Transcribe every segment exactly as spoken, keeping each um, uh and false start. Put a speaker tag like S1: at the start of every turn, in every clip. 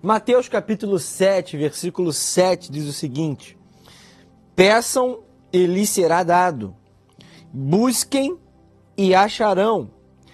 S1: Mateus capítulo sete, versículo sete diz o seguinte: peçam e lhes será dado, busquem e acharão,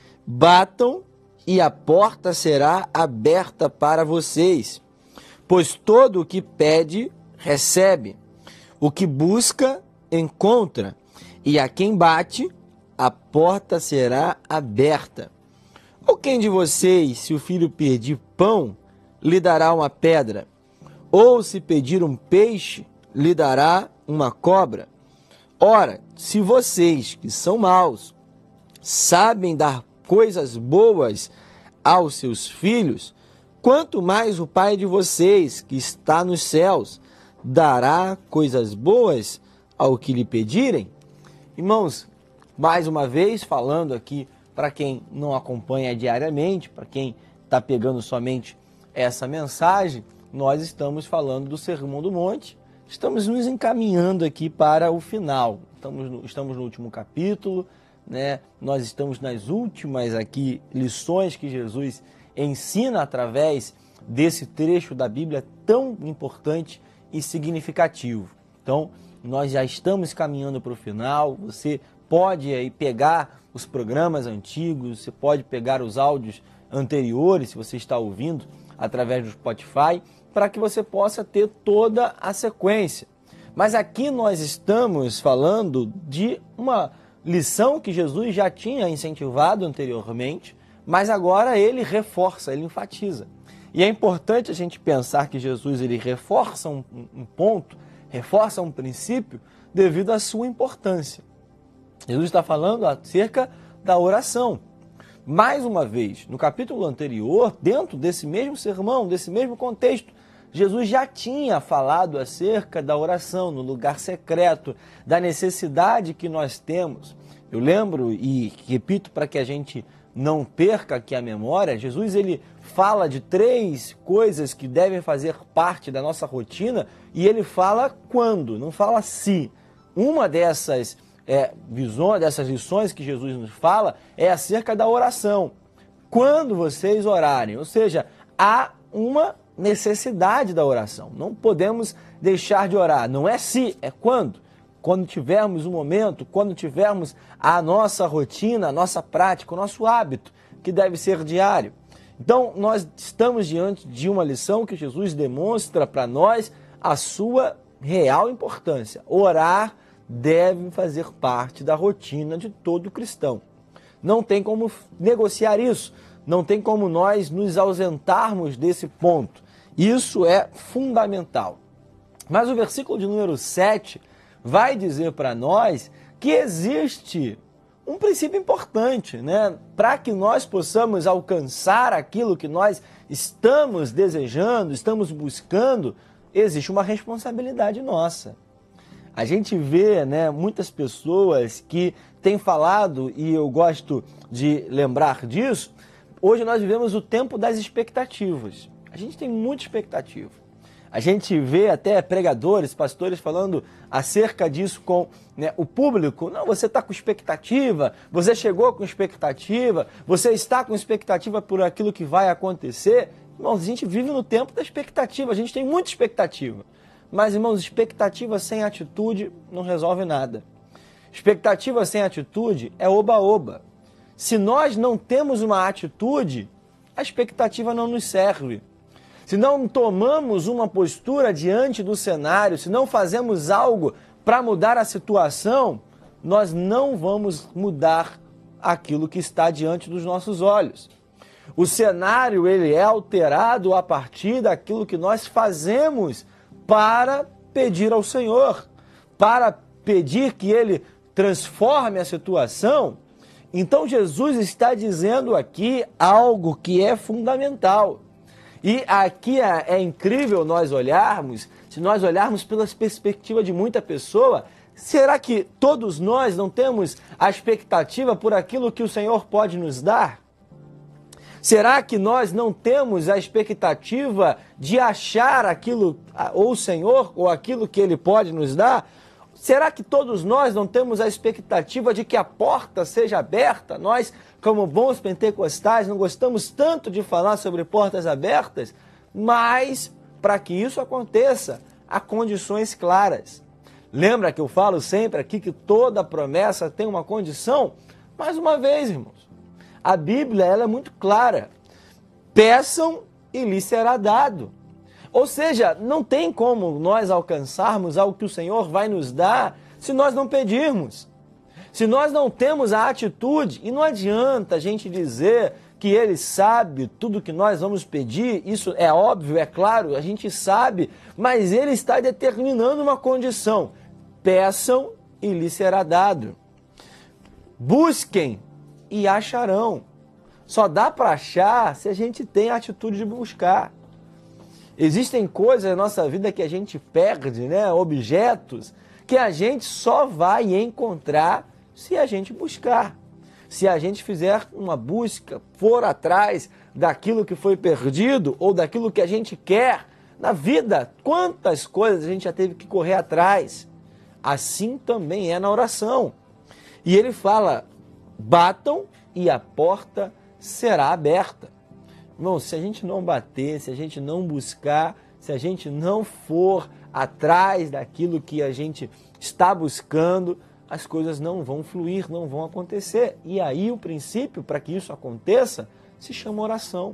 S1: batam e a porta será aberta para vocês. Pois todo o que pede, recebe, o que busca, encontra, e a quem bate, a porta será aberta. Ou quem de vocês, se o filho pedir pão, lhe dará uma pedra? Ou se pedir um peixe, lhe dará uma cobra? Ora, se vocês, que são maus, sabem dar coisas boas aos seus filhos, quanto mais o Pai de vocês, que está nos céus, dará coisas boas ao que lhe pedirem? Irmãos, mais uma vez, falando aqui para quem não acompanha diariamente, para quem está pegando somente essa mensagem, nós estamos falando do Sermão do Monte, estamos nos encaminhando aqui para o final, estamos no, estamos no último capítulo, né? Nós estamos nas últimas aqui lições que Jesus ensina através desse trecho da Bíblia tão importante e significativo. Então, nós já estamos caminhando para o final. Você pode aí pegar os programas antigos, você pode pegar os áudios anteriores, se você está ouvindo através do Spotify, para que você possa ter toda a sequência. Mas aqui nós estamos falando de uma lição que Jesus já tinha incentivado anteriormente, mas agora ele reforça, ele enfatiza. E é importante a gente pensar que Jesus ele reforça um, um ponto, reforça um princípio devido à sua importância. Jesus está falando acerca da oração. Mais uma vez, no capítulo anterior, dentro desse mesmo sermão, desse mesmo contexto, Jesus já tinha falado acerca da oração no lugar secreto, da necessidade que nós temos. Eu lembro e repito para que a gente não perca aqui a memória, Jesus ele fala de três coisas que devem fazer parte da nossa rotina e ele fala quando, não fala se. Uma dessas é, visões, dessas lições que Jesus nos fala é acerca da oração. Quando vocês orarem, ou seja, há uma necessidade da oração. Não podemos deixar de orar. Não é se, é quando. Quando tivermos um momento, quando tivermos a nossa rotina, a nossa prática, o nosso hábito, que deve ser diário. Então, nós estamos diante de uma lição que Jesus demonstra para nós a sua real importância. Orar deve fazer parte da rotina de todo cristão. Não tem como negociar isso, não tem como nós nos ausentarmos desse ponto. Isso é fundamental. Mas o versículo de número sete vai dizer para nós que existe um princípio importante, né? Para que nós possamos alcançar aquilo que nós estamos desejando, estamos buscando, existe uma responsabilidade nossa. A gente vê, né, muitas pessoas que têm falado, e eu gosto de lembrar disso, hoje nós vivemos o tempo das expectativas. A gente tem muita expectativa. A gente vê até pregadores, pastores falando acerca disso com, né, o público. Não, você está com expectativa, você chegou com expectativa, você está com expectativa por aquilo que vai acontecer. Irmãos, a gente vive no tempo da expectativa, a gente tem muita expectativa. Mas, irmãos, expectativa sem atitude não resolve nada. Expectativa sem atitude é oba-oba. Se nós não temos uma atitude, a expectativa não nos serve. Se não tomamos uma postura diante do cenário, se não fazemos algo para mudar a situação, nós não vamos mudar aquilo que está diante dos nossos olhos. O cenário ele é alterado a partir daquilo que nós fazemos para pedir ao Senhor, para pedir que Ele transforme a situação. Então Jesus está dizendo aqui algo que é fundamental. E aqui é, é incrível nós olharmos, se nós olharmos pela perspectiva de muita pessoa, será que todos nós não temos a expectativa por aquilo que o Senhor pode nos dar? Será que nós não temos a expectativa de achar aquilo, ou o Senhor, ou aquilo que Ele pode nos dar? Será que todos nós não temos a expectativa de que a porta seja aberta? Nós, como bons pentecostais, não gostamos tanto de falar sobre portas abertas, Mas, para que isso aconteça, há condições claras. Lembra que eu falo sempre aqui que toda promessa tem uma condição? Mais uma vez, irmãos, a Bíblia ela é muito clara. Peçam e lhes será dado. Ou seja, não tem como nós alcançarmos algo que o Senhor vai nos dar se nós não pedirmos. Se nós não temos a atitude, e não adianta a gente dizer que Ele sabe tudo que nós vamos pedir, isso é óbvio, é claro, a gente sabe, mas Ele está determinando uma condição. Peçam e lhes será dado. Busquem e acharão. Só dá para achar se a gente tem a atitude de buscar. Existem coisas na nossa vida que a gente perde, né? Objetos, que a gente só vai encontrar se a gente buscar. Se a gente fizer uma busca, for atrás daquilo que foi perdido ou daquilo que a gente quer. Na vida, quantas coisas a gente já teve que correr atrás. Assim também é na oração. E ele fala, batam e a porta será aberta. Irmão, se a gente não bater, se a gente não buscar, se a gente não for atrás daquilo que a gente está buscando, as coisas não vão fluir, não vão acontecer. E aí o princípio para que isso aconteça se chama oração.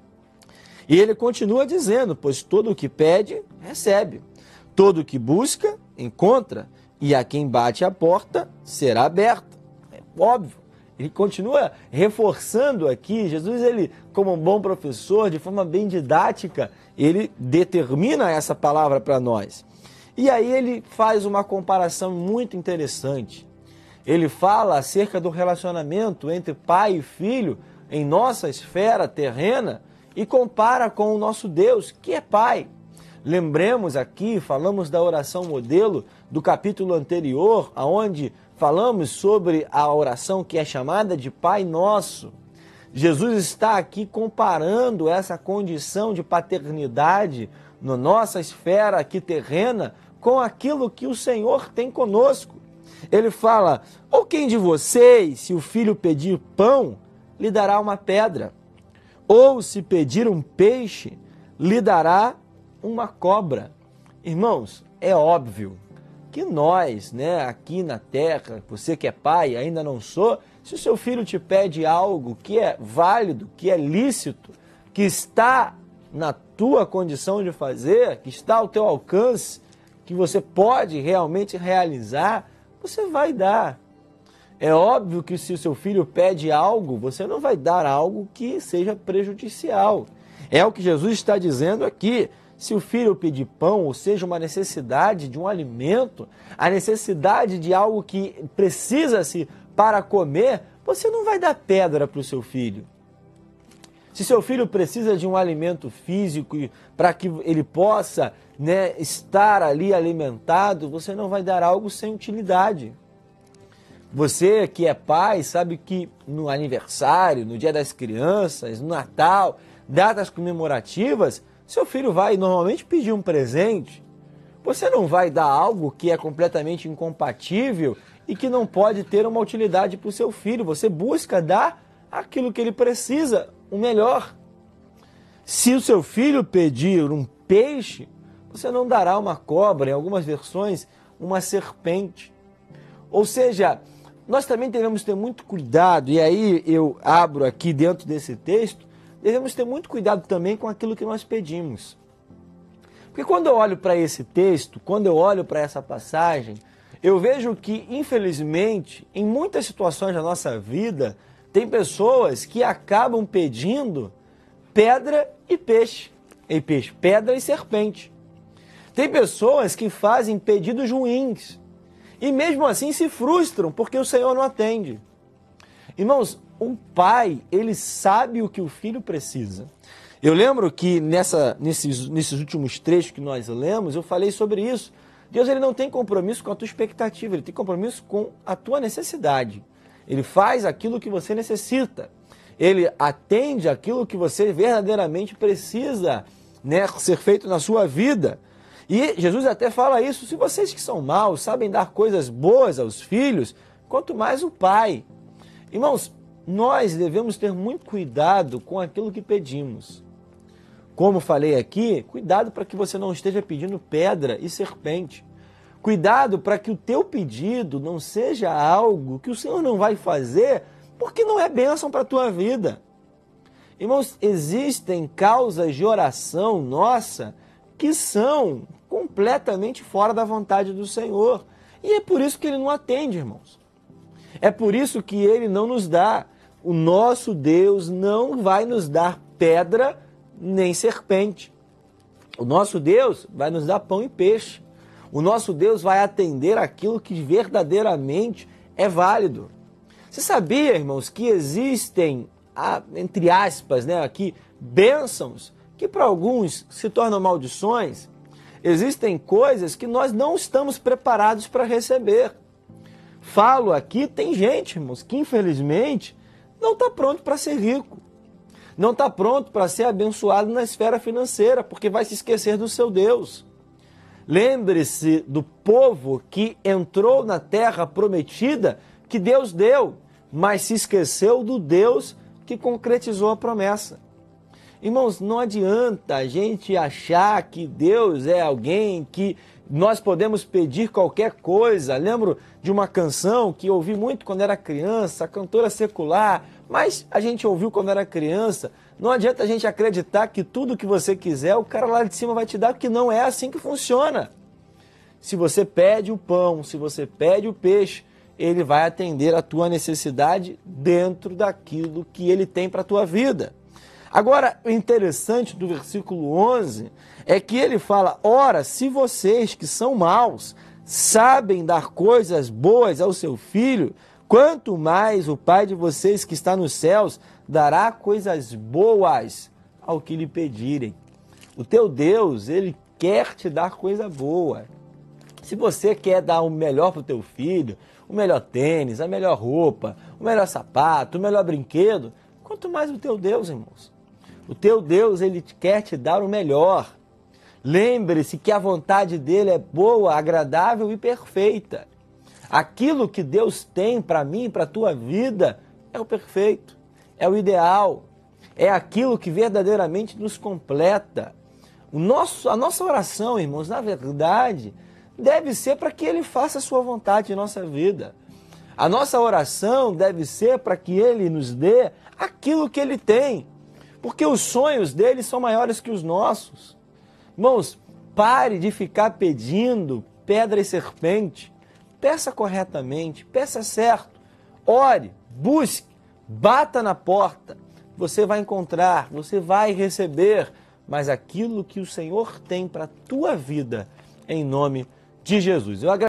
S1: E ele continua dizendo, pois todo o que pede, recebe. Todo o que busca, encontra. E a quem bate a porta, será aberta. É óbvio. Ele continua reforçando aqui, Jesus, ele, como um bom professor, de forma bem didática, ele determina essa palavra para nós. E aí ele faz uma comparação muito interessante. Ele fala acerca do relacionamento entre pai e filho em nossa esfera terrena e compara com o nosso Deus, que é pai. Lembremos aqui, falamos da oração modelo do capítulo anterior, onde falamos sobre a oração que é chamada de Pai Nosso. Jesus está aqui comparando essa condição de paternidade na nossa esfera aqui terrena com aquilo que o Senhor tem conosco. Ele fala, ou quem de vocês, se o filho pedir pão, lhe dará uma pedra? Ou se pedir um peixe, lhe dará uma cobra? Irmãos, é óbvio que nós, né, aqui na terra, você que é pai, ainda não sou, se o seu filho te pede algo que é válido, que é lícito, que está na tua condição de fazer, que está ao teu alcance, que você pode realmente realizar, você vai dar. É óbvio que se o seu filho pede algo, você não vai dar algo que seja prejudicial. É o que Jesus está dizendo aqui. Se o filho pedir pão, ou seja, uma necessidade de um alimento, a necessidade de algo que precisa-se para comer, você não vai dar pedra para o seu filho. Se seu filho precisa de um alimento físico para que ele possa, né, estar ali alimentado, você não vai dar algo sem utilidade. Você que é pai sabe que no aniversário, no Dia das Crianças, no Natal, datas comemorativas, seu filho vai normalmente pedir um presente. Você não vai dar algo que é completamente incompatível e que não pode ter uma utilidade para o seu filho. Você busca dar aquilo que ele precisa, o melhor. Se o seu filho pedir um peixe, você não dará uma cobra, em algumas versões, uma serpente. Ou seja, nós também devemos ter muito cuidado, e aí eu abro aqui dentro desse texto, devemos ter muito cuidado também com aquilo que nós pedimos. Porque quando eu olho para esse texto, quando eu olho para essa passagem, eu vejo que, infelizmente, em muitas situações da nossa vida, tem pessoas que acabam pedindo pedra e peixe. E peixe, pedra e serpente. Tem pessoas que fazem pedidos ruins e mesmo assim se frustram porque o Senhor não atende. Irmãos, o pai, ele sabe o que o filho precisa. Eu lembro que nessa, nesses, nesses últimos trechos que nós lemos, eu falei sobre isso. Deus, ele não tem compromisso com a tua expectativa, ele tem compromisso com a tua necessidade. Ele faz aquilo que você necessita. Ele atende aquilo que você verdadeiramente precisa, né, ser feito na sua vida. E Jesus até fala isso, se vocês que são maus sabem dar coisas boas aos filhos, quanto mais o pai. Irmãos, nós devemos ter muito cuidado com aquilo que pedimos. Como falei aqui, cuidado para que você não esteja pedindo pedra e serpente. Cuidado para que o teu pedido não seja algo que o Senhor não vai fazer porque não é bênção para a tua vida. Irmãos, existem causas de oração nossa que são completamente fora da vontade do Senhor. E é por isso que Ele não atende, irmãos. É por isso que Ele não nos dá. O nosso Deus não vai nos dar pedra nem serpente. O nosso Deus vai nos dar pão e peixe. O nosso Deus vai atender aquilo que verdadeiramente é válido. Você sabia, irmãos, que existem, entre aspas, né, aqui, bênçãos que para alguns se tornam maldições? Existem coisas que nós não estamos preparados para receber. Falo aqui, tem gente, irmãos, que infelizmente não está pronto para ser rico. Não está pronto para ser abençoado na esfera financeira, porque vai se esquecer do seu Deus. Lembre-se do povo que entrou na terra prometida que Deus deu, mas se esqueceu do Deus que concretizou a promessa. Irmãos, não adianta a gente achar que Deus é alguém que nós podemos pedir qualquer coisa. Lembro de uma canção que ouvi muito quando era criança, a cantora secular, mas a gente ouviu quando era criança. Não adianta a gente acreditar que tudo que você quiser, o cara lá de cima vai te dar, porque não é assim que funciona. Se você pede o pão, se você pede o peixe, Ele vai atender a tua necessidade dentro daquilo que Ele tem para a tua vida. Agora, o interessante do versículo onze é que ele fala: ora, se vocês que são maus sabem dar coisas boas ao seu filho, quanto mais o Pai de vocês que está nos céus dará coisas boas ao que lhe pedirem. O teu Deus, Ele quer te dar coisa boa. Se você quer dar o melhor para o teu filho, o melhor tênis, a melhor roupa, o melhor sapato, o melhor brinquedo, quanto mais o teu Deus, irmãos. O teu Deus, Ele quer te dar o melhor. Lembre-se que a vontade dEle é boa, agradável e perfeita. Aquilo que Deus tem para mim e para a tua vida é o perfeito, é o ideal, é aquilo que verdadeiramente nos completa. O nosso, a nossa oração, irmãos, na verdade, deve ser para que Ele faça a sua vontade em nossa vida. A nossa oração deve ser para que Ele nos dê aquilo que Ele tem, porque os sonhos dele são maiores que os nossos. Irmãos, pare de ficar pedindo pedra e serpente. Peça corretamente, peça certo. Ore, busque, bata na porta. Você vai encontrar, você vai receber, mas aquilo que o Senhor tem para a tua vida, em nome de Jesus. Eu agradeço.